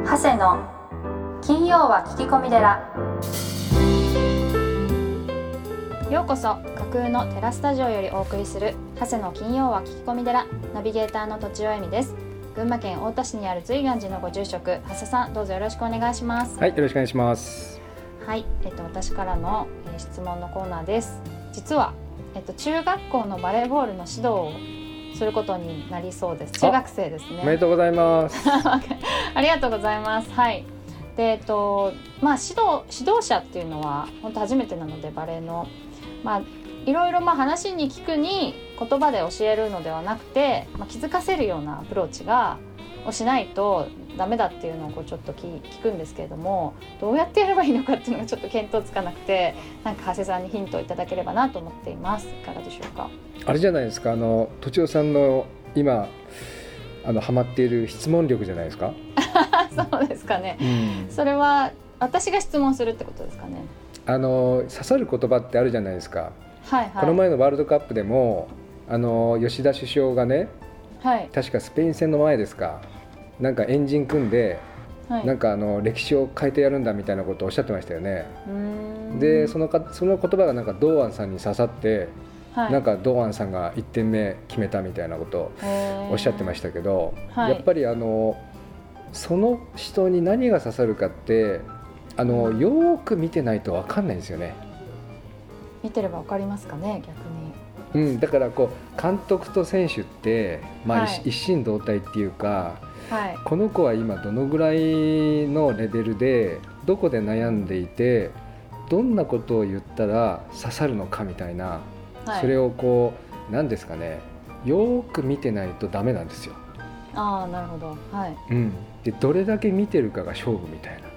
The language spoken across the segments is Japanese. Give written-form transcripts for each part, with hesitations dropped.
長谷の金曜は聞き込み寺。ようこそ。架空のテラスタジオよりお送りする長谷の金曜は聞き込み寺。ナビゲーターのとちおえみです。群馬県太田市にある瑞岩寺のご住職、長谷さん、どうぞよろしくお願いします。 はい、よろしくお願いします。 はい、私からの、質問のコーナーです。実は、中学校のバレーボールの指導をすることになりそうです。中学生ですね。 おめでとうございます。 ありがとうございます。はい。で、指導者っていうのは本当初めてなので、バレーのいろいろ話に聞くに言葉で教えるのではなくて、気づかせるようなアプローチをしないとダメだっていうのをちょっと聞くんですけれども、どうやってやればいいのかっていうのがちょっと見当つかなくて、長谷さんにヒントをいただければなと思っています。いかがでしょうか。 あれじゃないですか、とちおさんの今ハマっている質問力じゃないですか。 そうですかね、それは私が質問するってことですかね。 刺さる言葉ってあるじゃないですか。 はいはい、 この前のワールドカップでも吉田首相がね、 はい、 確かスペイン戦の前ですか、なんかエンジン組んで、はい、なんか歴史を変えてやるんだみたいなことをおっしゃってましたよね。でその言葉がなんか堂安さんに刺さって、はい、なんか堂安さんが1点目決めたみたいなことをおっしゃってましたけど、やっぱりその人に何が刺さるかってよーく見てないと分かんないんですよね。 見てれば分かりますかね、逆に。 だから監督と選手って、一心同体っていうか、はい、この子は今どのぐらいのレベルでどこで悩んでいて、どんなことを言ったら刺さるのかみたいな、はい、それを何ですかね、よーく見てないとダメなんですよ。 ああ、なるほど。はい。 でどれだけ見てるかが勝負みたいな。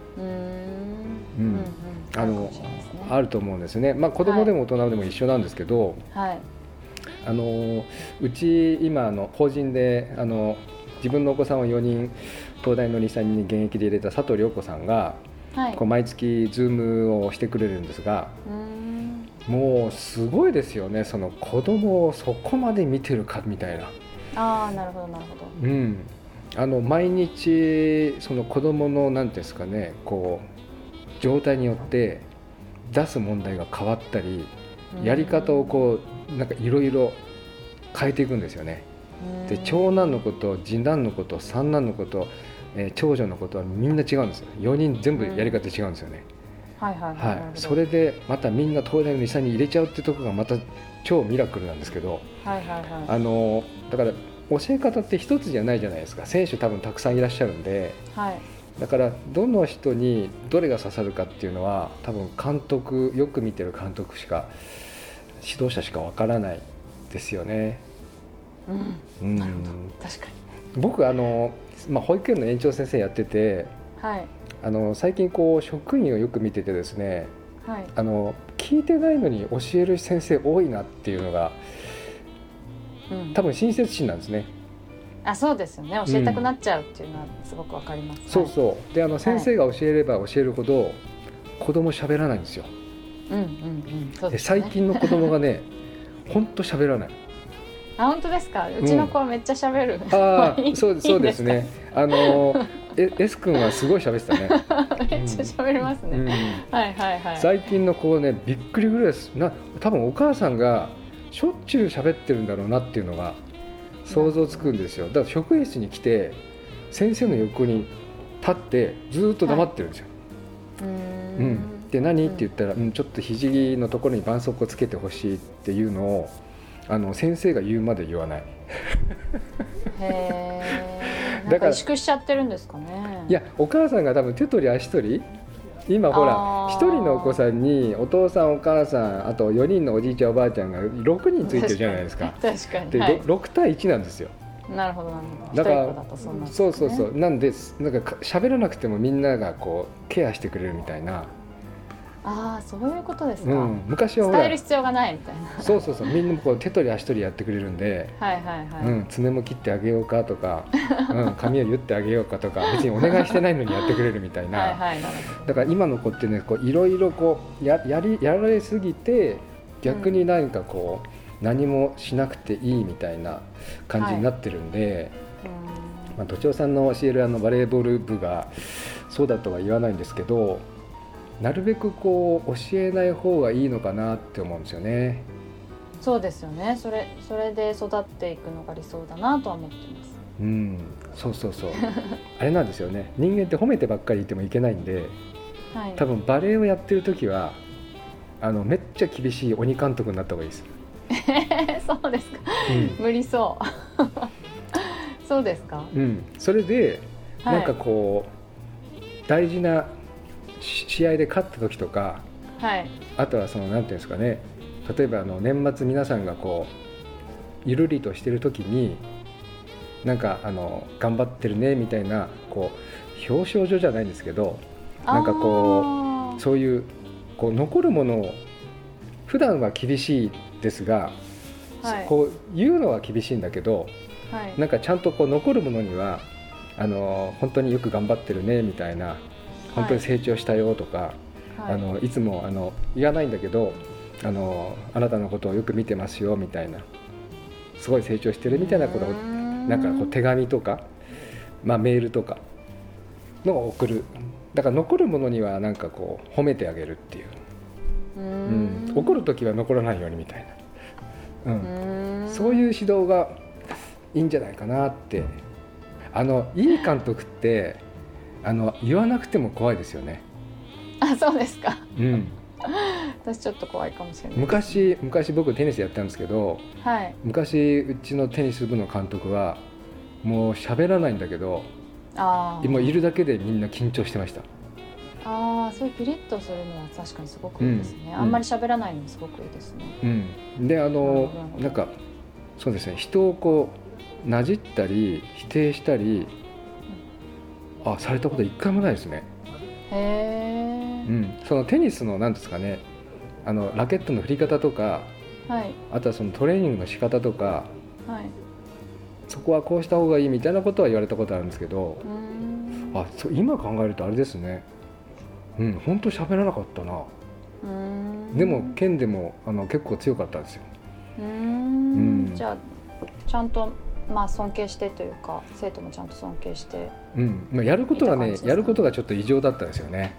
あると思うんですね。子供でも大人でも一緒なんですけど、はい、うち今法人で自分のお子さんを4人東大の2、3人に現役で入れた佐藤涼子さんが、はい、毎月ズームをしてくれるんですが、もうすごいですよね。その子供をそこまで見てるかみたいな。 ああ、なるほどなるほど。 毎日その子供の何ていうんですかね、状態によって出す問題が変わったり、やり方をなんかいろいろ変えていくんですよね。で長男のこと次男のこと三男のこと、長女のことはみんな違うんですよ。4人全部やり方違うんですよね。それでまたみんな東大の2、3に入れちゃうってとこがまた超ミラクルなんですけど、だから教え方って一つじゃないじゃないですか。選手多分たくさんいらっしゃるんで、はい、だからどの人にどれが刺さるかっていうのは多分監督、よく見てる監督しか、指導者しかわからないですよね。 なるほど、確かに。僕保育園の園長先生やってて、はい、最近職員をよく見ててですね、はい、聞いてないのに教える先生多いなっていうのが、多分親切心なんですね。 そうですよね。教えたくなっちゃうっていうのはすごくわかります。 そうそう。で先生が教えれば教えるほど子供喋らないんですよ。で最近の子供がね本当喋らない。 本当ですか。うちの子はめっちゃ喋る。 そうですね。S 君はすごい喋ってたね。 めっちゃ喋りますね。 最近の子ね、びっくりぐらいです。多分お母さんがしょっちゅう喋ってるんだろうなっていうのが想像つくんですよ。だから職員室に来て先生の横に立ってずっと黙ってるんですよ。で何って言ったら、ちょっと肘のところに絆創膏をつけてほしいっていうのを先生が言うまで言わない。 だから萎縮しちゃってるんですかね。 いや、お母さんが多分手取り足取り、今ほら1人のお子さんにお父さんお母さんあと4人のおじいちゃんおばあちゃんが6人ついてるじゃないですか。 確かに。 で、6対1なんですよ。 なるほどなるほど。 だからそうなんで、なんか喋らなくてもみんながケアしてくれるみたいな。 そういうことですか。 昔は伝える必要がないみたいな。 そうみんな手取り足取りやってくれるんで、爪も切ってあげようかとか、髪を言ってあげようかとか、別にお願いしてないのにやってくれるみたいな。だから今の子ってね、いろいろやられすぎて逆に何か何もしなくていいみたいな感じになってるんで、 都庁さんの教えるバレーボール部がそうだとは言わないんですけど、なるべくこう教えない方がいいのかなって思うんですよね。 そうですよね。それで育っていくのが理想だなとは思ってます。 うん、そうあれなんですよね。人間って褒めてばっかりいてもいけないんで、 はい、 多分バレエをやってる時はめっちゃ厳しい鬼監督になった方がいいです。 そうですか、無理そうそうですか。 それでなんかこう、大事な試合で勝った時とか、あとはそのなんていうんですかね、例えば年末皆さんがこうゆるりとしてる時になんか頑張ってるねみたいなこう表彰状じゃないんですけど、なんかこうそういうこう残るものを普段は厳しいですが、こう言うのは厳しいんだけど、なんかちゃんとこう残るものには本当によく頑張ってるねみたいな、本当に成長したよとか、いつも言わないんだけどあなたのことをよく見てますよみたいな、すごい成長してるみたいなことをなんかこう手紙とか、メールとかのを送る。だから残るものにはなんかこう褒めてあげるっていう、怒る時は残らないようにみたいな、そういう指導がいいんじゃないかなって。いい監督って言わなくても怖いですよね。 そうですか。私ちょっと怖いかもしれない。 昔僕テニスやったんですけど、昔うちのテニス部の監督はもう喋らないんだけど、今いるだけでみんな緊張してました。 そういうピリッとするのは確かにすごくいいですね。あんまり喋らないのもすごくいいですね。 でなんかそうですね、人をこうなじったり否定したり、されたこと一回もないですね。そのテニスのなんですかね、ラケットの振り方とか、あとはそのトレーニングの仕方とか、そこはこうした方がいいみたいなことは言われたことあるんですけど、今考えるとあれですね、本当喋らなかったな。でも剣でも結構強かったんですよ。 じゃあちゃんと尊敬してというか、生徒もちゃんと尊敬して、 やることがね、やることがちょっと異常だったんですよね。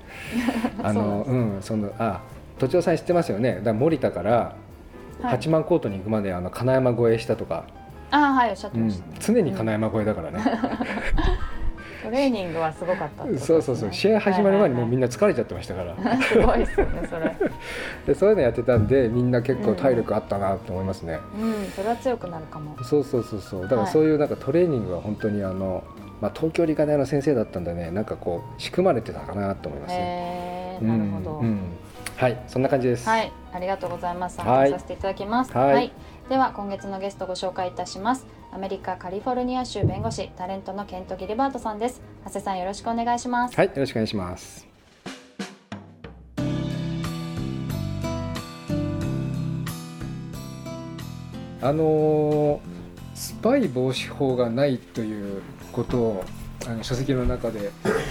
都庁さん知ってますよね。だから森田から八幡コートに行くまで金山越えしたとか。 おっしゃってましたね。 常に金山越えだからね。 トレーニングはすごかったってことですね。 そう試合始まる前にもうみんな疲れちゃってましたからすごいですよねそれでそういうのやってたんで、みんな結構体力あったなと思いますね。 それは強くなるかも。 そうだからそういうなんかトレーニングは本当に東京理科大の先生だったんでね、なんかこう仕組まれてたかなと思いますね。 なるほど。 はい、そんな感じです。 ありがとうございます。参加させていただきます。では今月のゲストご紹介いたします。アメリカカリフォルニア州弁護士、タレントのケント・ギルバートさんです。長谷さん、よろしくお願いします。 よろしくお願いします。スパイ防止法がないということを書籍の中で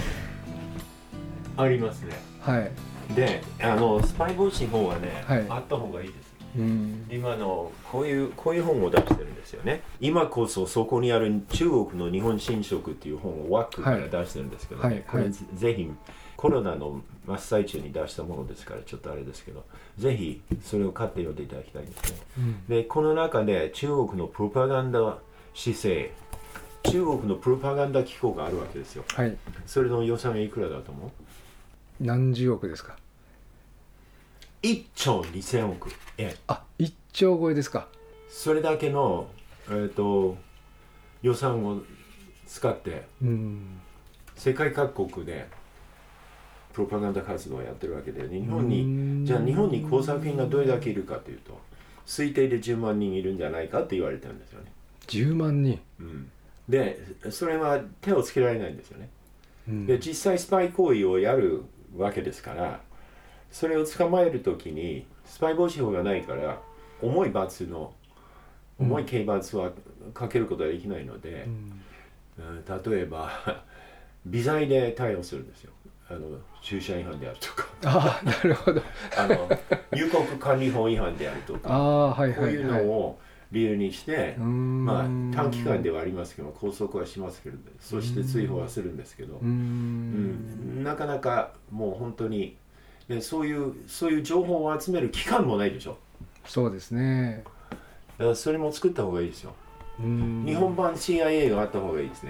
ありますね。でスパイ防止法はね、あった方がいいです。今こういう本を出してるんですよね。今こそそこにある中国の日本新書っていう本をワックから出してるんですけどね、これぜひコロナの真っ最中に出したものですからちょっとあれですけど、ぜひそれを買って読んでいただきたいんですね。でこの中で中国のプロパガンダ姿勢、中国のプロパガンダ機構があるわけですよ。それの予算はいくらだと思う？ 何十億ですか ？1兆2000億円。 1兆超えですか。 それだけの、予算を使って、世界各国でプロパガンダ活動をやってるわけで、じゃあ日本に工作員がどれだけいるかというと、推定で10万人いるんじゃないかって言われてるんですよね。 10万人、 でそれは手をつけられないんですよね。で実際スパイ行為をやるわけですから、それを捕まえるときにスパイ防止法がないから重い刑罰はかけることはできないので、例えば微罪で逮捕するんですよ。駐車違反であるとか、 なるほど入国管理法違反であるとか、こういうのを理由にして、まあ、短期間ではありますけど拘束はしますけれど、そして追放はするんですけど、なかなかもう本当に、ね、そういう情報を集める機関もないでしょ。 そうですね。 だからそれも作った方がいいですよ。日本版 CIA があった方がいいですね。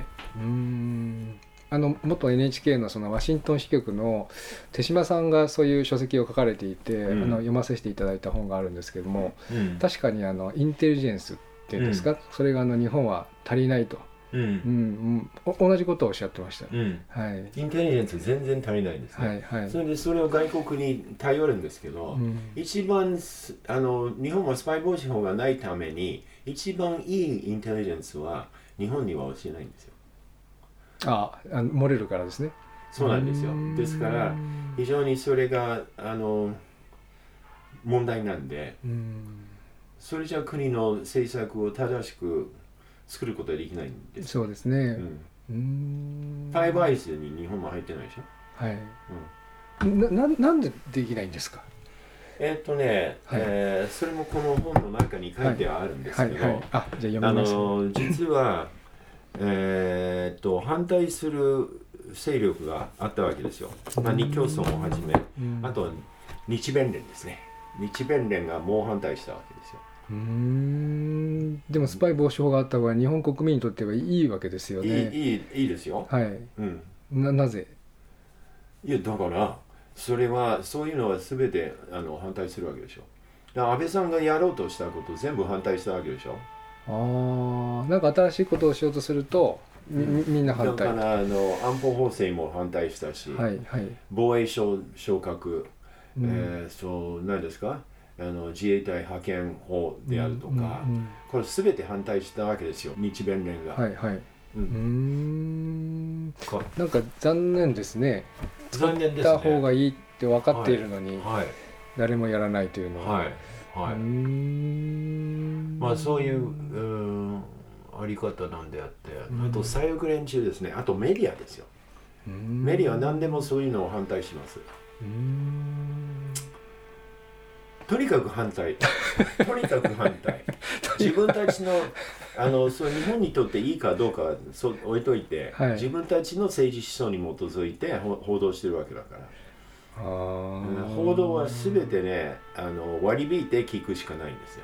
元 NHK のそのワシントン支局の手島さんがそういう書籍を書かれていて、読ませていただいた本があるんですけども、確かにインテリジェンスっていうんですか、それが日本は足りないと、同じことをおっしゃってました、はい、 インテリジェンス全然足りないんですね、それでそれを外国に頼るんですけど、一番日本はスパイ防止法がないために一番いいインテリジェンスは日本には教えないんですよ。 漏れるからですね。 そうなんですよ。ですから非常にそれが問題なんで、それじゃ国の政策を正しく作ることはできないんです。 そうですね。 ファイブアイズに日本も入ってないでしょ。 はい。なんでできないんですか。 それもこの本の中に書いてはあるんですけど、じゃあ読みます。 実は反対する勢力があったわけですよ。日共村をはじめ、あと日弁連ですね。日弁連が猛反対したわけですよ。 でもスパイ防止法があった方が日本国民にとってはいいわけですよね。 いいですよ。 はい。なぜ？ いやだからそういうのは全て反対するわけでしょ。安倍さんがやろうとしたことを全部反対したわけでしょ。 なんか新しいことをしようとするとみんな反対。 だから安保法制も反対したし、防衛省昇格、何ですか、自衛隊派遣法であるとか、これ全て反対したわけですよ、日弁連が。 なんか残念ですね。 残念ですね。 作った方がいいって分かっているのに、誰もやらないというのは。 まあそういうあり方なんであって、あと左翼連中ですね、あとメディアですよ。メディアは何でもそういうのを反対します。とにかく反対。とにかく反対。自分たちのそう日本にとっていいかどうかは置いといて、自分たちの政治思想に基づいて報道してるわけだから。報道は全てね割り引いて聞くしかないんですよ。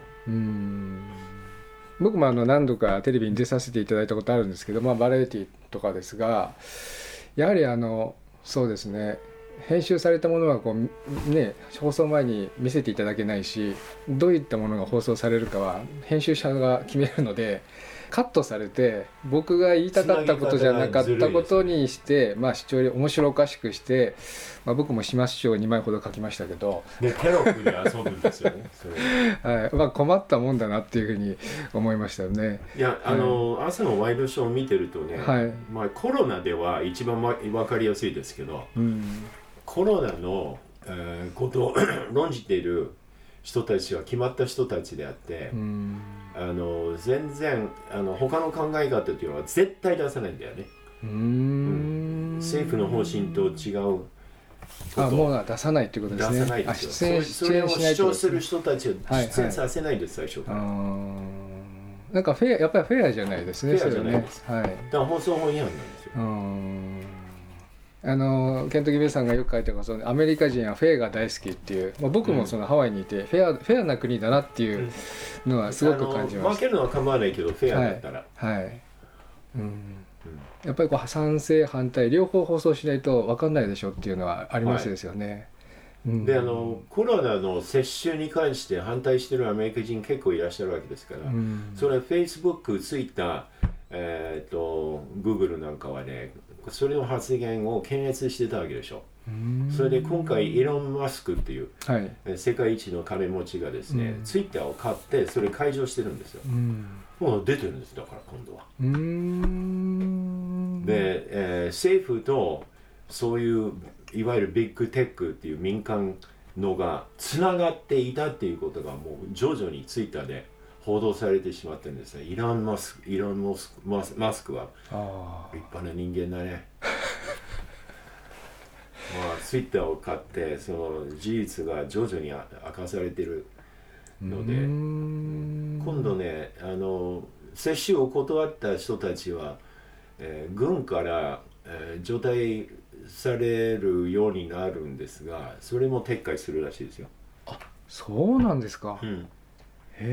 僕も何度かテレビに出させていただいたことあるんですけど、バラエティとかですが、やはりそうですね、編集されたものは放送前に見せていただけないし、どういったものが放送されるかは編集者が決めるので、カットされて僕が言いたかったことじゃなかったことにして、視聴面白おかしくして、僕も始末書を2枚ほど書きましたけど、 テロップで遊ぶんですよね。 困ったもんだなっていうふうに思いましたよね。 いや朝のワイドショーを見てるとね、コロナでは一番分かりやすいですけど、コロナのことを論じている人たちは決まった人たちであって、全然他の考え方というのは絶対出さないんだよね。政府の方針と違うこともう出さないということですね。 出さないですよ。それを主張する人たちを出演させないです、最初から。 なんかやっぱりフェアじゃないですね。 フェアじゃないです。だから放送法違反なんですよ。 ケント・ギベさんがよく書いてますアメリカ人はフェアが大好きっていう、僕もハワイにいてフェアな国だなっていうのはすごく感じました。 負けるのは構わないけどフェアだったら、 やっぱり賛成反対両方放送しないと分かんないでしょっていうのはありますですよね。 でコロナの接種に関して反対してるアメリカ人結構いらっしゃるわけですから、それは Facebook、Twitter、Google なんかはね、それの発言を検閲してたわけでしょ。それで今回イーロン・マスクっていう、世界一の金持ちがですね、Twitter を買ってそれ解除してるんですよ。もう出てるんです、だから今度は。で、政府とそういういわゆるビッグテックっていう民間のがつながっていたっていうことがもう徐々にツイッターで報道されてしまってるんですね。イーロン・マスクは立派な人間だね。ツイッターを買ってその事実が徐々に明かされているので、 今度ね接種を断った人たちは、軍から、除隊されるようになるんですが、それも撤回するらしいですよ。 あ、そうなんですか。 うん、 へ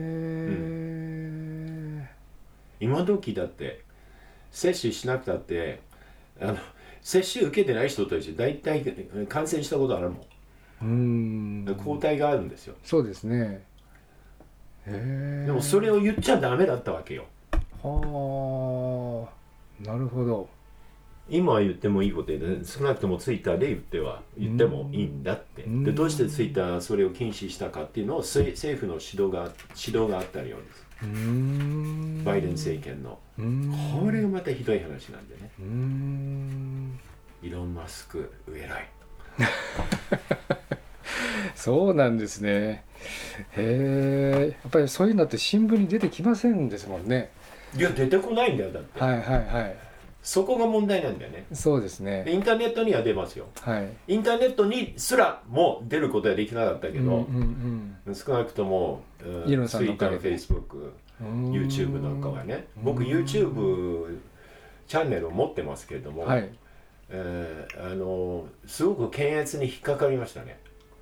え、 今時だって接種しなくたって接種受けてない人たち大体感染したことあるもん。抗体があるんですよ。 そうですね。へえ。 でもそれを言っちゃダメだったわけよ。 はあ、なるほど。 今は言ってもいいことで、少なくともツイッターで言ってもいいんだって。でどうしてツイッターはそれを禁止したかっていうのを政府の指導があったようです。バイデン政権の。これがまたひどい話なんでね。イーロン・マスク偉い。 そうなんですね。へえ、やっぱりそういうのって新聞に出てきませんですもんね。 いや出てこないんだよ、だって。 はいはいはい。 そこが問題なんだよね。 そうですね。 インターネットには出ますよ。はい。インターネットにすらも出ることはできなかったけど、少なくともイーロンさんのおかげで Twitter、Facebook、YouTube なんかはね、僕 YouTube チャンネルを持ってますけれども、はい、すごく検閲に引っかかりましたね。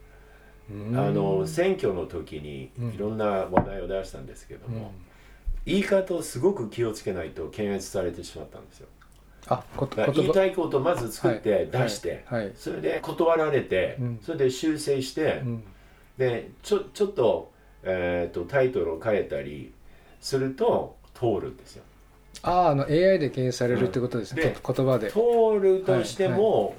選挙の時にいろんな話題を出したんですけども、言い方をすごく気をつけないと検閲されてしまったんですよ。言いたいことをまず作って出して、それで断られて、それで修正して、でちょっと、タイトルを変えたりすると通るんですよ。 AI で検閲されるってことですね、言葉で。 通るとしても、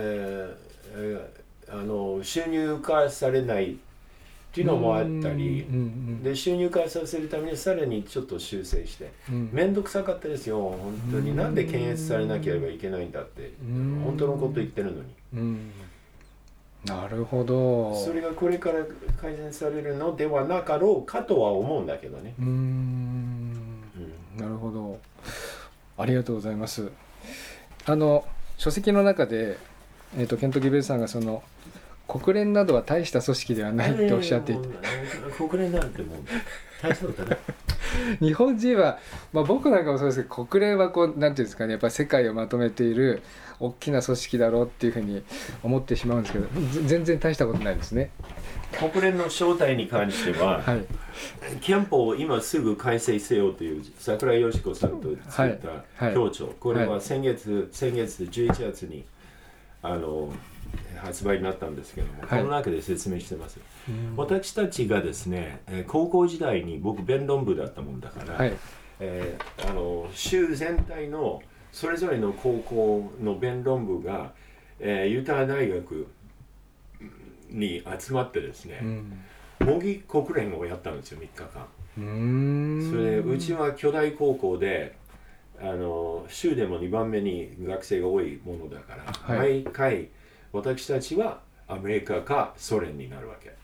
収入化されないっていうのもあったり、で収入化させるためにさらにちょっと修正して、面倒くさかったですよ本当に。なんで検閲されなければいけないんだって、本当のこと言ってるのに。 なるほど。 それがこれから改善されるのではなかろうかとは思うんだけどね。 なるほど、ありがとうございます。書籍の中で、ケント・ギベルさんがその国連などは大した組織ではないっておっしゃっていて、 国連なんてもう大したことない日本人は、僕なんかもそうですけど、国連はこうなんていうんですかね、やっぱり世界をまとめている大きな組織だろうっていうふうに思ってしまうんですけど、全然大したことないですね。 国連の正体に関しては、はい、憲法を今すぐ改正せよという桜井義子さんと作った協調、これは先月11月に発売になったんですけども、この中で説明してます。私たちがですね、高校時代に僕弁論部だったもんだから、州全体のそれぞれの高校の弁論部が、ユタ大学に集まってですね、模擬国連をやったんですよ、3日間。それでうちは巨大高校で州でも2番目に学生が多いものだから、毎回私たちはアメリカかソ連になるわけ。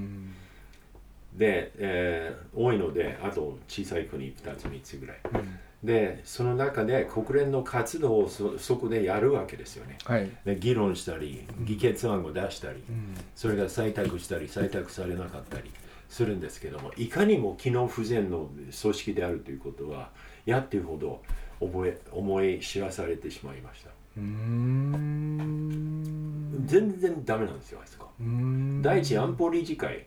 で、多いのであと小さい国2つ3つぐらい。でその中で国連の活動をそこでやるわけですよね。で議論したり議決案を出したり、それが採択したり採択されなかったりするんですけども、いかにも機能不全の組織であるということはやっていうほど思い知らされてしまいました。全然ダメなんですよ、あそこ。第一安保理事会、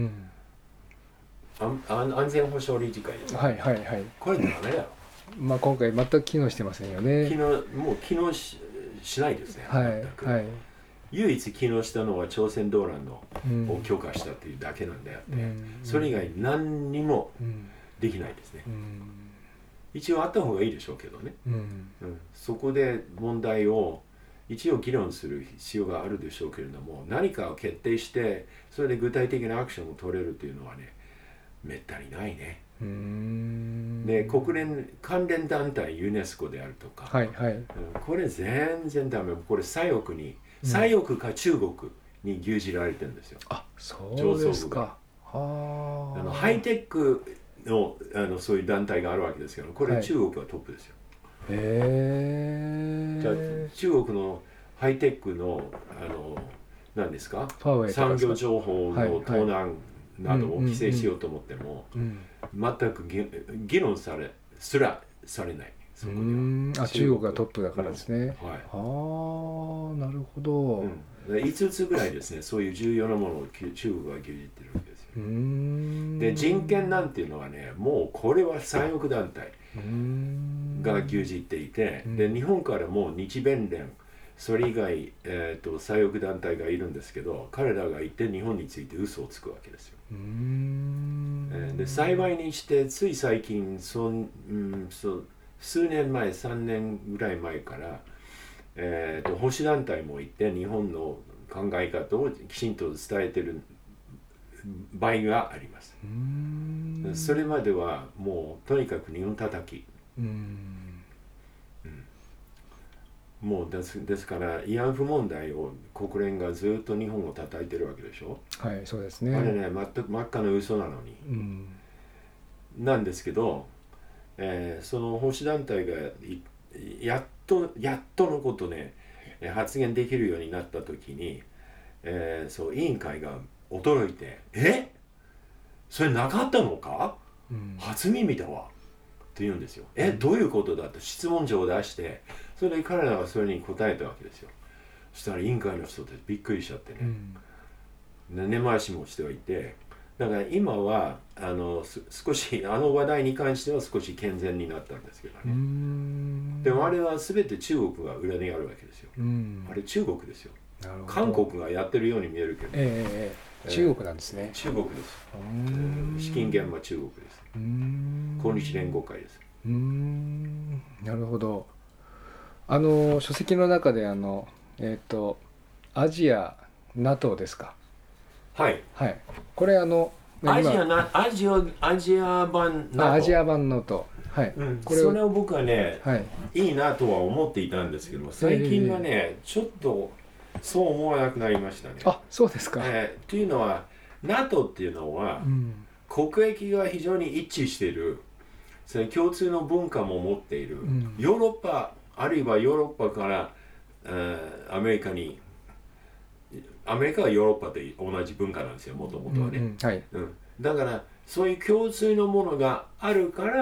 安全保障理事会です、これダメだよ。 今回全く機能してませんよね。 もう機能 しないですね、全く。唯一機能したのは朝鮮動乱を許可したというだけなんであって、それ以外何にもできないですね。一応あった方がいいでしょうけどね、そこで問題を一応議論する必要があるでしょうけれども、何かを決定してそれで具体的なアクションを取れるというのはね、めったにないね。で国連関連団体ユネスコであるとか、これ全然ダメ。これ左翼か中国に牛耳られてるんですよ。 そうですか。 ハイテックのそういう団体があるわけですけど、これ中国はトップですよ。じゃあ中国のハイテックの何ですか、産業情報の盗難などを規制しようと思っても、全く議論すらされない。 そこでは中国がトップだからですね。はい、ああ、なるほど。 5つぐらいですね、そういう重要なものを中国が牛耳ってるわけですよ。で、人権なんていうのはね、もうこれは左翼団体が牛耳っていて、で日本からも日弁連、それ以外、左翼団体がいるんですけど、彼らがいて日本について嘘をつくわけですよ。で幸いにしてつい最近数年前、3年ぐらい前から、保守団体もいて日本の考え方をきちんと伝えている場合があります。それまではもうとにかく日本叩き。もうですから慰安婦問題を国連がずっと日本を叩いてるわけでしょ。 はい、そうですね。 あれね、全く真っ赤な嘘なのに、なんですけど、その保守団体がやっとのことね発言できるようになった時に、そう委員会が驚いて「それなかったのか、初耳だわ」って言うんですよ。どういうことだと質問状を出して、それで彼らがそれに答えたわけですよ。そしたら委員会の人ってびっくりしちゃってね、根回しもしておいて、だから今は少し話題に関しては少し健全になったんですけどね。でもあれは全て中国が裏にあるわけですよ。あれ中国ですよ。韓国がやってるように見えるけど、 中国なんですね。 中国です。資金源は中国です。抗日連合会です。 なるほど。書籍の中でアジア NATO ですか。 はい、 はい、これアジア版 NATO。 アジア版 NATO、はい、 それを僕はね、いいなとは思っていたんですけども、最近はね、ちょっとそう思わなくなりましたね。 あ、そうですか。 というのは NATO っていうのは、国益が非常に一致している、それ共通の文化も持っている、ヨーロッパあるいはヨーロッパからアメリカに、アメリカはヨーロッパと同じ文化なんですよ、もともとはね。だからそういう共通のものがあるから、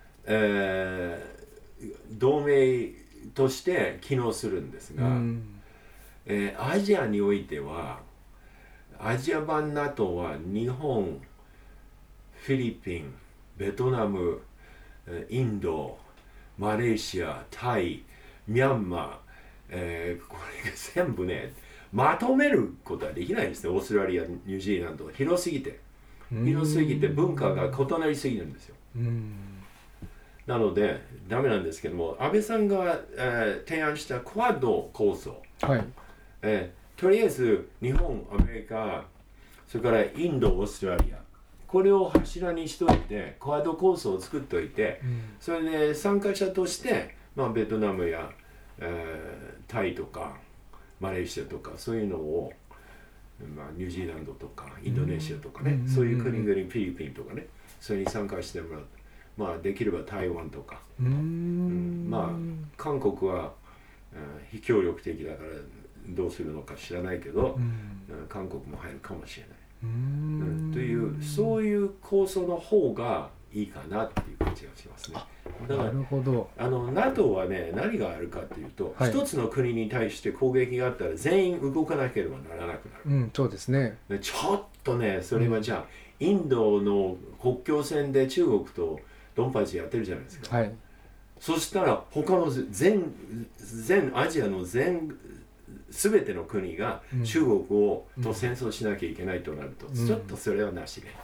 同盟として機能するんですが、アジアにおいてはアジア版 NATO は日本、フィリピン、ベトナム、インド、マレーシア、タイ、ミャンマー、これが全部ねまとめることはできないですね。オーストラリア、ニュージーランドは広すぎて文化が異なりすぎるんですよ。なのでダメなんですけども、安倍さんが、提案したクアッド構想、とりあえず日本、アメリカ、それからインド、オーストラリア、これを柱にしておいてクアッド構想を作っておいて、それで参加者として、ベトナムや、タイとかマレーシアとかそういうのを、ニュージーランドとかインドネシアとかね、そういう国々、フィリピンとかね、それに参加してもらう。できれば台湾とか、韓国は、非協力的だからどうするのか知らないけど、韓国も入るかもしれない、というそういう構想の方がいいかなっていう感じがしますね。だからなるほど。 NATO はね、何があるかっていうと、一つの国に対して攻撃があったら全員動かなければならなくなる。 そうですね。 ちょっとね、それはじゃあ、インドの国境線で中国とドンパチやってるじゃないですか。そしたら他の全アジアの全ての国が中国と戦争しなきゃいけないとなると、ちょっとそれはなしね。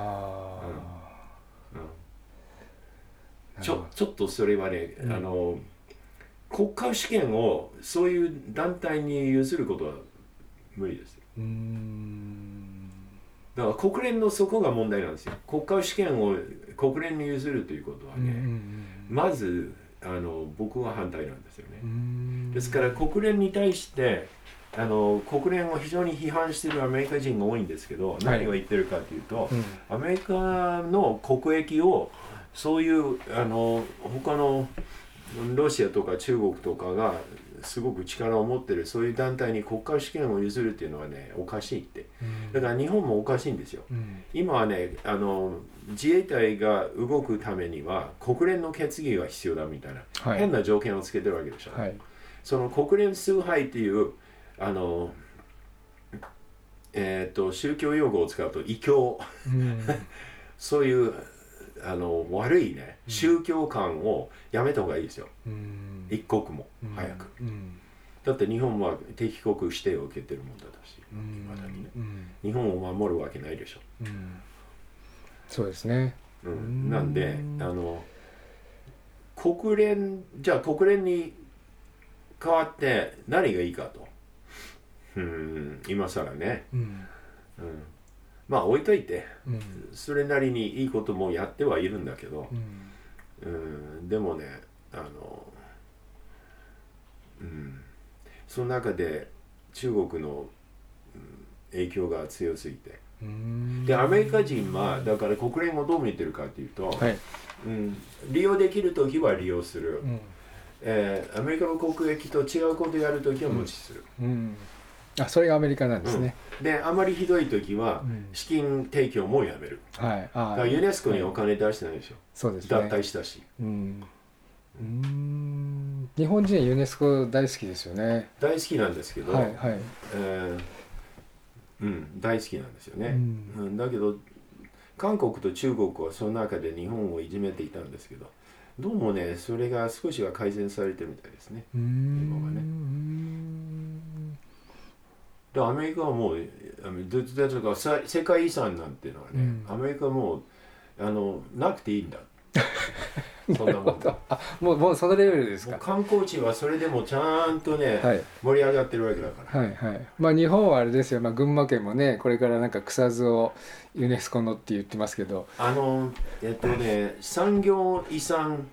ちょっとそれはね、国家主権をそういう団体に譲ることは無理ですよ。だから国連のそこが問題なんですよ。国家主権を国連に譲るということはね、まず僕は反対なんですよね。ですから国連に対して国連を非常に批判しているアメリカ人が多いんですけど、何を言ってるかというと、アメリカの国益をそういう他のロシアとか中国とかがすごく力を持ってるそういう団体に国家主権を譲るっていうのはねおかしいって、だから日本もおかしいんですよ、今はね自衛隊が動くためには国連の決議が必要だみたいな、変な条件をつけてるわけでしょ、その国連崇拝っていう宗教用語を使うと異教そういう悪いね宗教観をやめた方がいいですよ、一刻も早く、だって日本は敵国指定を受けてるもんだし、未だにね、日本を守るわけないでしょ、 そうですね、 なんで国連に代わって何がいいかと、今更ね、まあ置いといて、それなりにいいこともやってはいるんだけど、でもねその中で中国の、影響が強すぎて、でアメリカ人はだから国連をどう見てるかというと、利用できる時は利用する、アメリカの国益と違うことをやる時は無視する、 それがアメリカなんですね、 であまりひどい時は資金提供もやめる、だからユネスコにお金出してないでしょ、そうですね、脱退したし、 日本人はユネスコ大好きですよね。 大好きなんですけど、大好きなんですよね、だけど韓国と中国はその中で日本をいじめていたんですけど、どうもねそれが少しは改善されてるみたいですね、今はね。でアメリカはもう世界遺産なんていうのはね、アメリカはもうなくていいんだそんなもんだもうそのレベルですか。 観光地はそれでもちゃんとね、盛り上がってるわけだから、 日本はあれですよ、群馬県もねこれからなんか草津をユネスコのって言ってますけど、 産業遺産、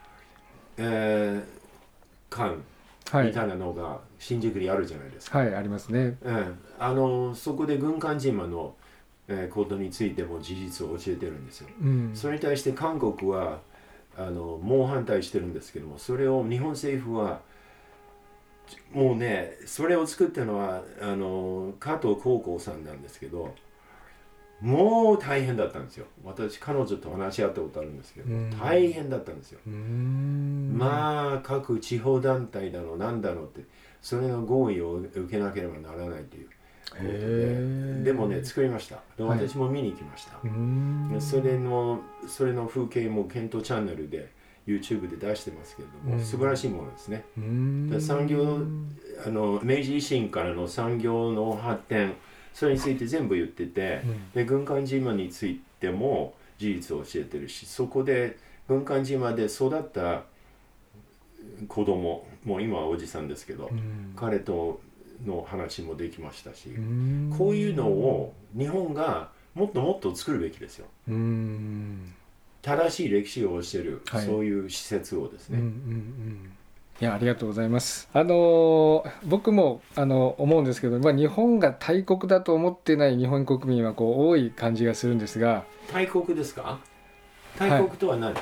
館みたいなのが新宿にあるじゃないですか。 ありますね、 そこで軍艦島の、ことについても事実を教えてるんですよ、それに対して韓国は猛反対してるんですけども、それを日本政府はもうねそれを作ったのは加藤孝子さんなんですけど、もう大変だったんですよ。私彼女と話し合ったことあるんですけど、大変だったんですよ。まあ各地方団体だのなんだのってそれの合意を受けなければならないということで、でもね作りました。私も見に行きました、それの風景もケントチャンネルで YouTube で出してますけれども、素晴らしいものですね。産業明治維新からの産業の発展、それについて全部言ってて、で軍艦島についても事実を教えてるし、そこで軍艦島で育った子供もう今はおじさんですけど、彼との話もできましたし、こういうのを日本がもっともっと作るべきですよ。正しい歴史を教える、そういう施設をですね。 いやありがとうございます。僕も思うんですけど、日本が大国だと思ってない日本国民は多い感じがするんですが。 大国ですか？大国とは何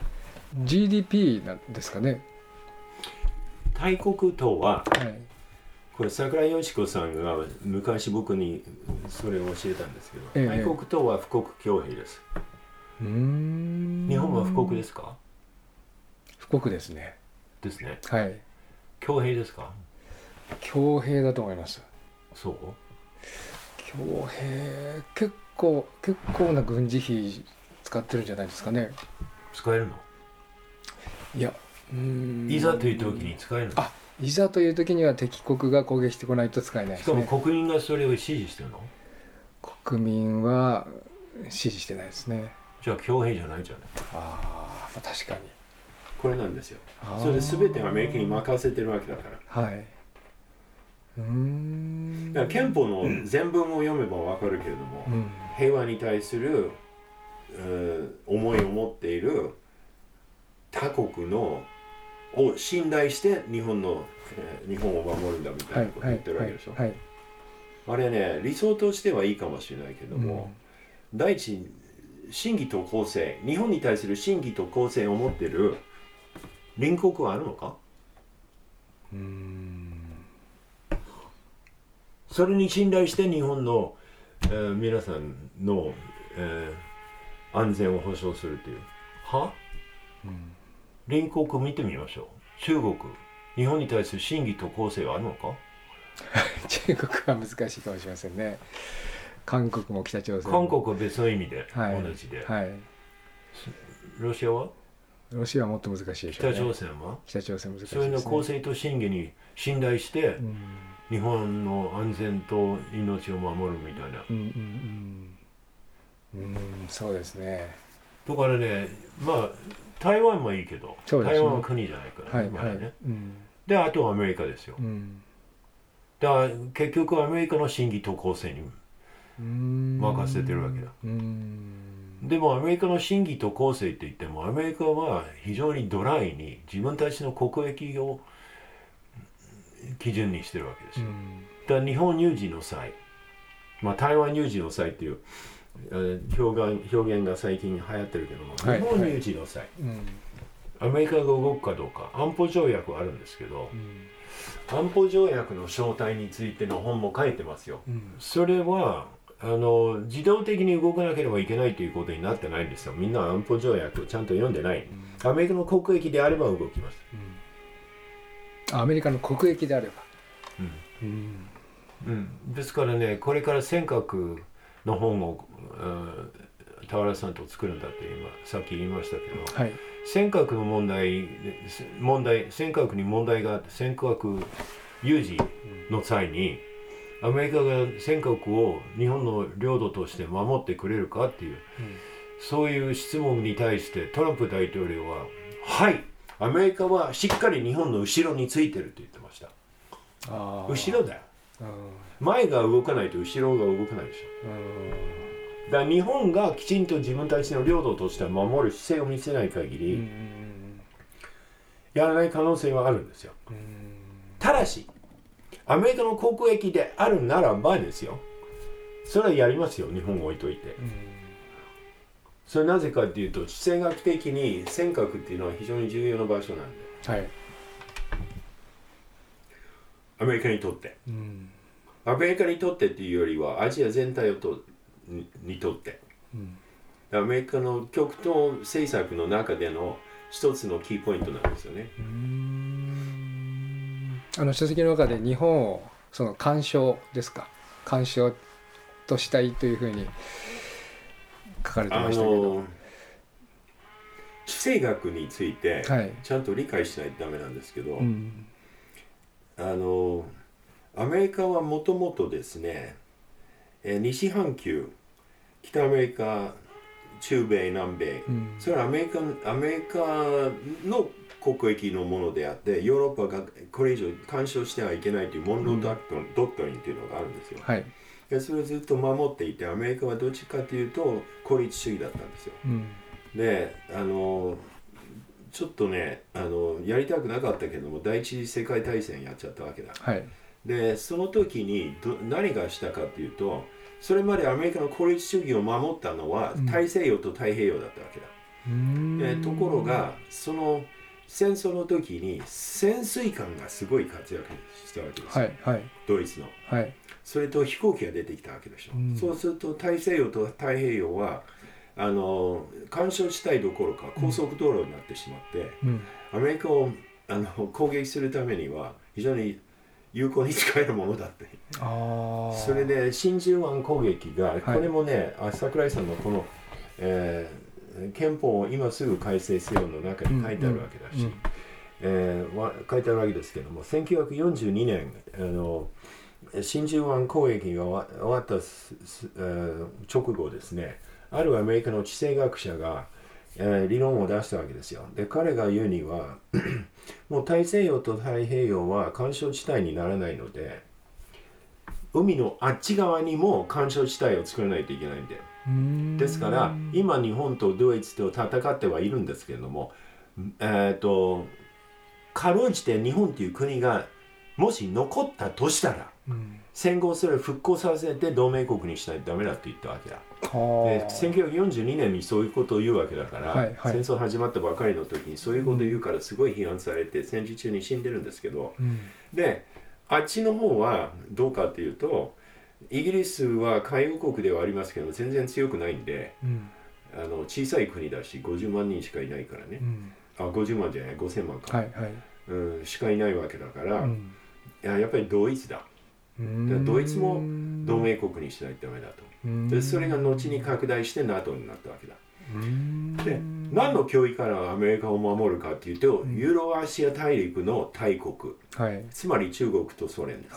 ？GDP なんですかね。 大国とは、これ桜井よし子さんが昔僕にそれを教えたんですけど、大国とは富国強兵です。日本は富国ですか？ 富国ですね。 ですね。強兵ですか？ 強兵だと思います。 そう？ 強兵結構な軍事費使ってるんじゃないですかね。 使えるの？いや、いざという時に使えるの？ いざという時には敵国が攻撃してこないと使えないですね。 しかも国民がそれを支持してるの？ 国民は支持してないですね。 じゃあ強兵じゃないじゃない。 確かに。 これなんですよ。それで全てアメリカに任せてるわけだから。だから憲法の全文を読めば分かるけれども、平和に対する思いを持っている他国のを信頼して日本を守るんだみたいなことを言ってるわけでしょ。あれね、理想としてはいいかもしれないけども、第一真偽と公正、日本に対する真偽と公正を持っている隣国はあるのか？ それに信頼して日本の、皆さんの、安全を保障するという隣国見てみましょう。中国、日本に対する真偽と公正はあるのか中国は難しいかもしれませんね。韓国も北朝鮮も。韓国は別の意味で、 はい、 同じで、 はい、 ロシアはもっと難しいでしょうね。 北朝鮮は難しいですね。 それの公正と真偽に信頼して、日本の安全と命を守るみたいな、 そうですね。 だからね、まあ台湾もいいけど、 ね、 台湾は国じゃないからね、 はいはい、 であとはアメリカですよ、だから結局アメリカの真偽と公正に任せてるわけだ。でもアメリカの真偽と公正って言ってもアメリカは非常にドライに自分たちの国益を基準にしてるわけですよ。だから日本有事の際、台湾有事の際っていう表現が最近流行ってるけども、日本有事の際、アメリカが動くかどうか、安保条約はあるんですけど、安保条約の正体についての本も書いてますよ。それは自動的に動かなければいけないということになってないんですよ。みんな安保条約をちゃんと読んでない。アメリカの国益であれば動きます。 アメリカの国益であれば。 ですからね、これから尖閣の本を田原さんと作るんだってさっき言いましたけど、はい、尖閣の問題、尖閣に問題があって、尖閣有事の際に、アメリカが尖閣を日本の領土として守ってくれるかっていう、そういう質問に対してトランプ大統領は、はい、アメリカはしっかり日本の後ろについてると言ってました。後ろだよ。前が動かないと後ろが動かないでしょ。だから日本がきちんと自分たちの領土として守る姿勢を見せない限り、やらない可能性はあるんですよ。ただしアメリカの国益であるならばですよ、それはやりますよ、日本を置いといて。それなぜかっていうと、地政学的に尖閣っていうのは非常に重要な場所なんで、はい、アメリカにとって、アメリカにとってっていうよりはアジア全体にとって、アメリカの極東政策の中での一つのキーポイントなんですよね。 書籍の中で日本をその干渉ですか、干渉としたいというふうに書かれてましたけど、 地政学についてちゃんと理解しないとダメなんですけど、アメリカはもともとですね、西半球、北アメリカ、中米、南米、それはアメリカの国益のものであって、ヨーロッパがこれ以上干渉してはいけないというモンロードクトリンというのがあるんですよ。はい、でそれをずっと守っていて、アメリカはどっちかというと孤立主義だったんですよ。でちょっとねやりたくなかったけども第一次世界大戦やっちゃったわけだ。はい、でその時に何がしたかというと、それまでアメリカの孤立主義を守ったのは大西洋と太平洋だったわけだ。ところがその戦争の時に潜水艦がすごい活躍したわけですよ、はいはい、ドイツの、はい、それと飛行機が出てきたわけでしょ、そうすると大西洋と太平洋は干渉地帯どころか高速道路になってしまって、アメリカを攻撃するためには非常に有効に使えるものだって。それで真珠湾攻撃が、これもね、櫻井さんのこの、憲法を今すぐ改正せよの中に書いてあるわけだし、書いてあるわけですけども、1942年真珠湾攻撃が終わった直後ですね、あるアメリカの地政学者が、理論を出したわけですよ。で彼が言うにはもう大西洋と太平洋は干渉地帯にならないので、海のあっち側にも干渉地帯を作らないといけないんで、ですから今日本とドイツと戦ってはいるんですけれども、かろうじて日本という国がもし残ったとしたら、戦後それを復興させて同盟国にしないとダメだって言ったわけだ。で1942年にそういうことを言うわけだから、はいはい、戦争始まったばかりの時にそういうことを言うからすごい批判されて戦時中に死んでるんですけど、であっちの方はどうかっていうと、イギリスは海洋国ではありますけど全然強くないんで、小さい国だし50万人しかいないからね、50万じゃない5000万か、しかいないわけだから、やっぱりドイツだ。ドイツも同盟国にしないとダメだと。でそれが後に拡大して NATO になったわけだ。で何の脅威からアメリカを守るかっていうと、ユーロアシア大陸の大国、つまり中国とソ連です。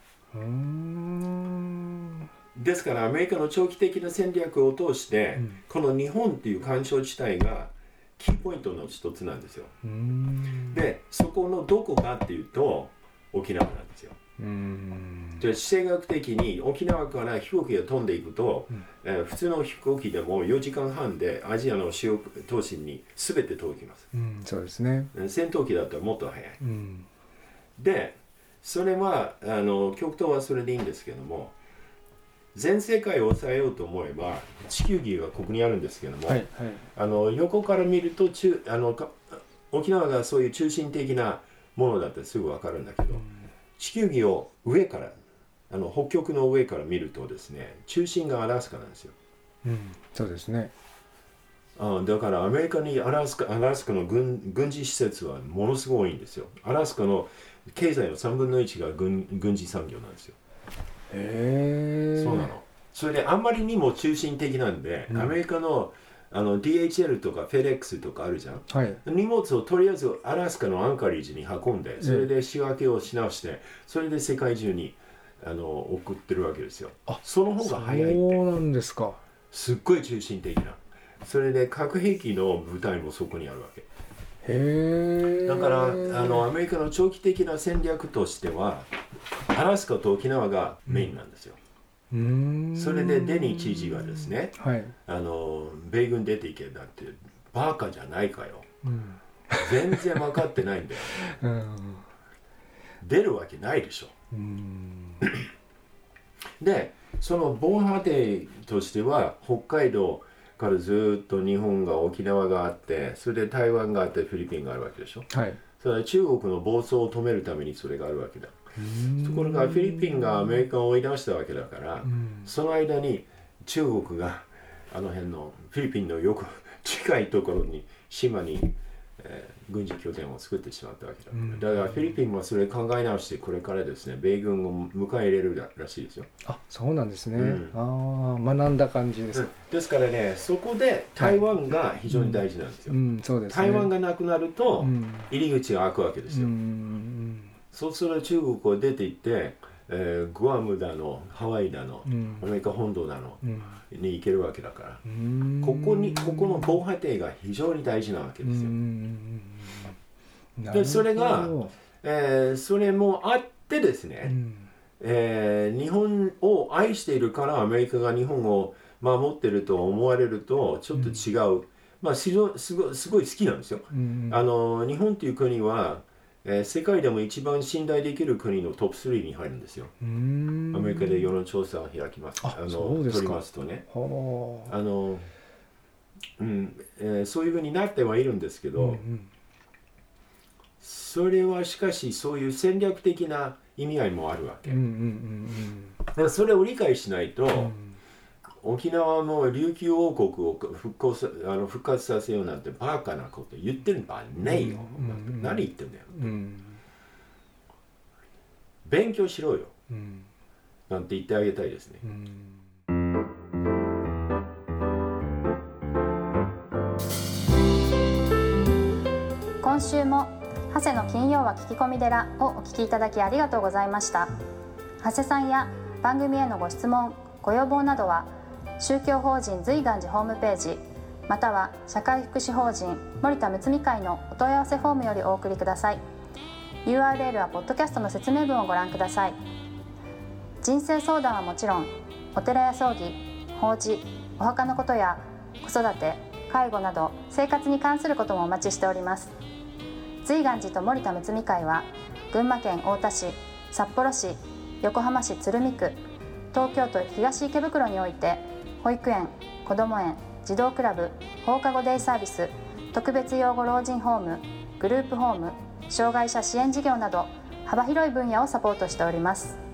ですからアメリカの長期的な戦略を通して、この日本っていう緩衝地帯がキーポイントの一つなんですよ。でそこのどこかっていうと沖縄なんですよ。で地政学的に沖縄から飛行機が飛んでいくと、普通の飛行機でも4時間半でアジアの主要都市に全て届きます。 そうですね。 戦闘機だったらもっと早い。でそれは極東はそれでいいんですけども、全世界を抑えようと思えば地球儀がここにあるんですけども、横から見ると沖縄がそういう中心的なものだってすぐ分かるんだけど、地球儀を上から北極の上から見るとですね、中心がアラスカなんですよ。 そうですね。 だからアメリカにアラスカの軍事施設はものすごい多いんですよ。アラスカの経済の3分の1が軍事産業なんですよ。そうなの。それであんまりにも中心的なんで、アメリカのDHL とかフェデックスとかあるじゃん、荷物をとりあえずアラスカのアンカリッジに運んで、それで仕分けをし直して、それで世界中に送ってるわけですよ。その方が早いって。 そうなんですか。 すっごい中心的な。それで核兵器の部隊もそこにあるわけ。だからアメリカの長期的な戦略としてはアラスカと沖縄がメインなんですよ。それでデニー知事がですね、米軍出ていけだってバカじゃないかよ、全然分かってないんだよ、出るわけないでしょ。でその防波堤としては北海道からずっと日本が沖縄があって、それで台湾があってフィリピンがあるわけでしょ。それは中国の暴走を止めるためにそれがあるわけだ。ところがフィリピンがアメリカを追い出したわけだから、その間に中国が辺のフィリピンのよく近いところに島に、軍事拠点を作ってしまったわけだ。だからフィリピンはそれ考え直してこれからですね、米軍を迎え入れるらしいですよ。 そうなんですね。学んだ感じです。 ですからね、そこで台湾が非常に大事なんですよ。 そうですね。 台湾がなくなると入り口が開くわけですよ。そうすると中国を出て行って、グアムだのハワイだの、アメリカ本土だの、に行けるわけだから、ここの防波堤が非常に大事なわけですよ。でそれが、それもあってですね、日本を愛しているからアメリカが日本を守ってると思われるとちょっと違う、すごい好きなんですよ。日本という国は世界でも一番信頼できる国のトップ3に入るんですよ。アメリカで世論調査を開きます。取りますとね。そういうふうになってはいるんですけど、それはしかしそういう戦略的な意味合いもあるわけ。だからそれを理解しないと、沖縄の琉球王国を復活させようなんてバカなこと言ってる場合ねえよ。何言ってんだよ。勉強しろよ。なんて言ってあげたいですね。 今週も長谷の金曜は聞き込み寺をお聞きいただきありがとうございました。長谷さんや番組へのご質問、ご要望などは宗教法人瑞巌寺ホームページ、または社会福祉法人森田睦美会のお問い合わせフォームよりお送りください。 URL はポッドキャストの説明文をご覧ください。人生相談はもちろん、お寺や葬儀、法事、お墓のことや子育て、介護など生活に関することもお待ちしております。瑞巌寺と森田睦美会は群馬県太田市、札幌市、横浜市鶴見区、東京都東池袋において保育園、こども園、児童クラブ、放課後デイサービス、特別養護老人ホーム、グループホーム、障害者支援事業など幅広い分野をサポートしております。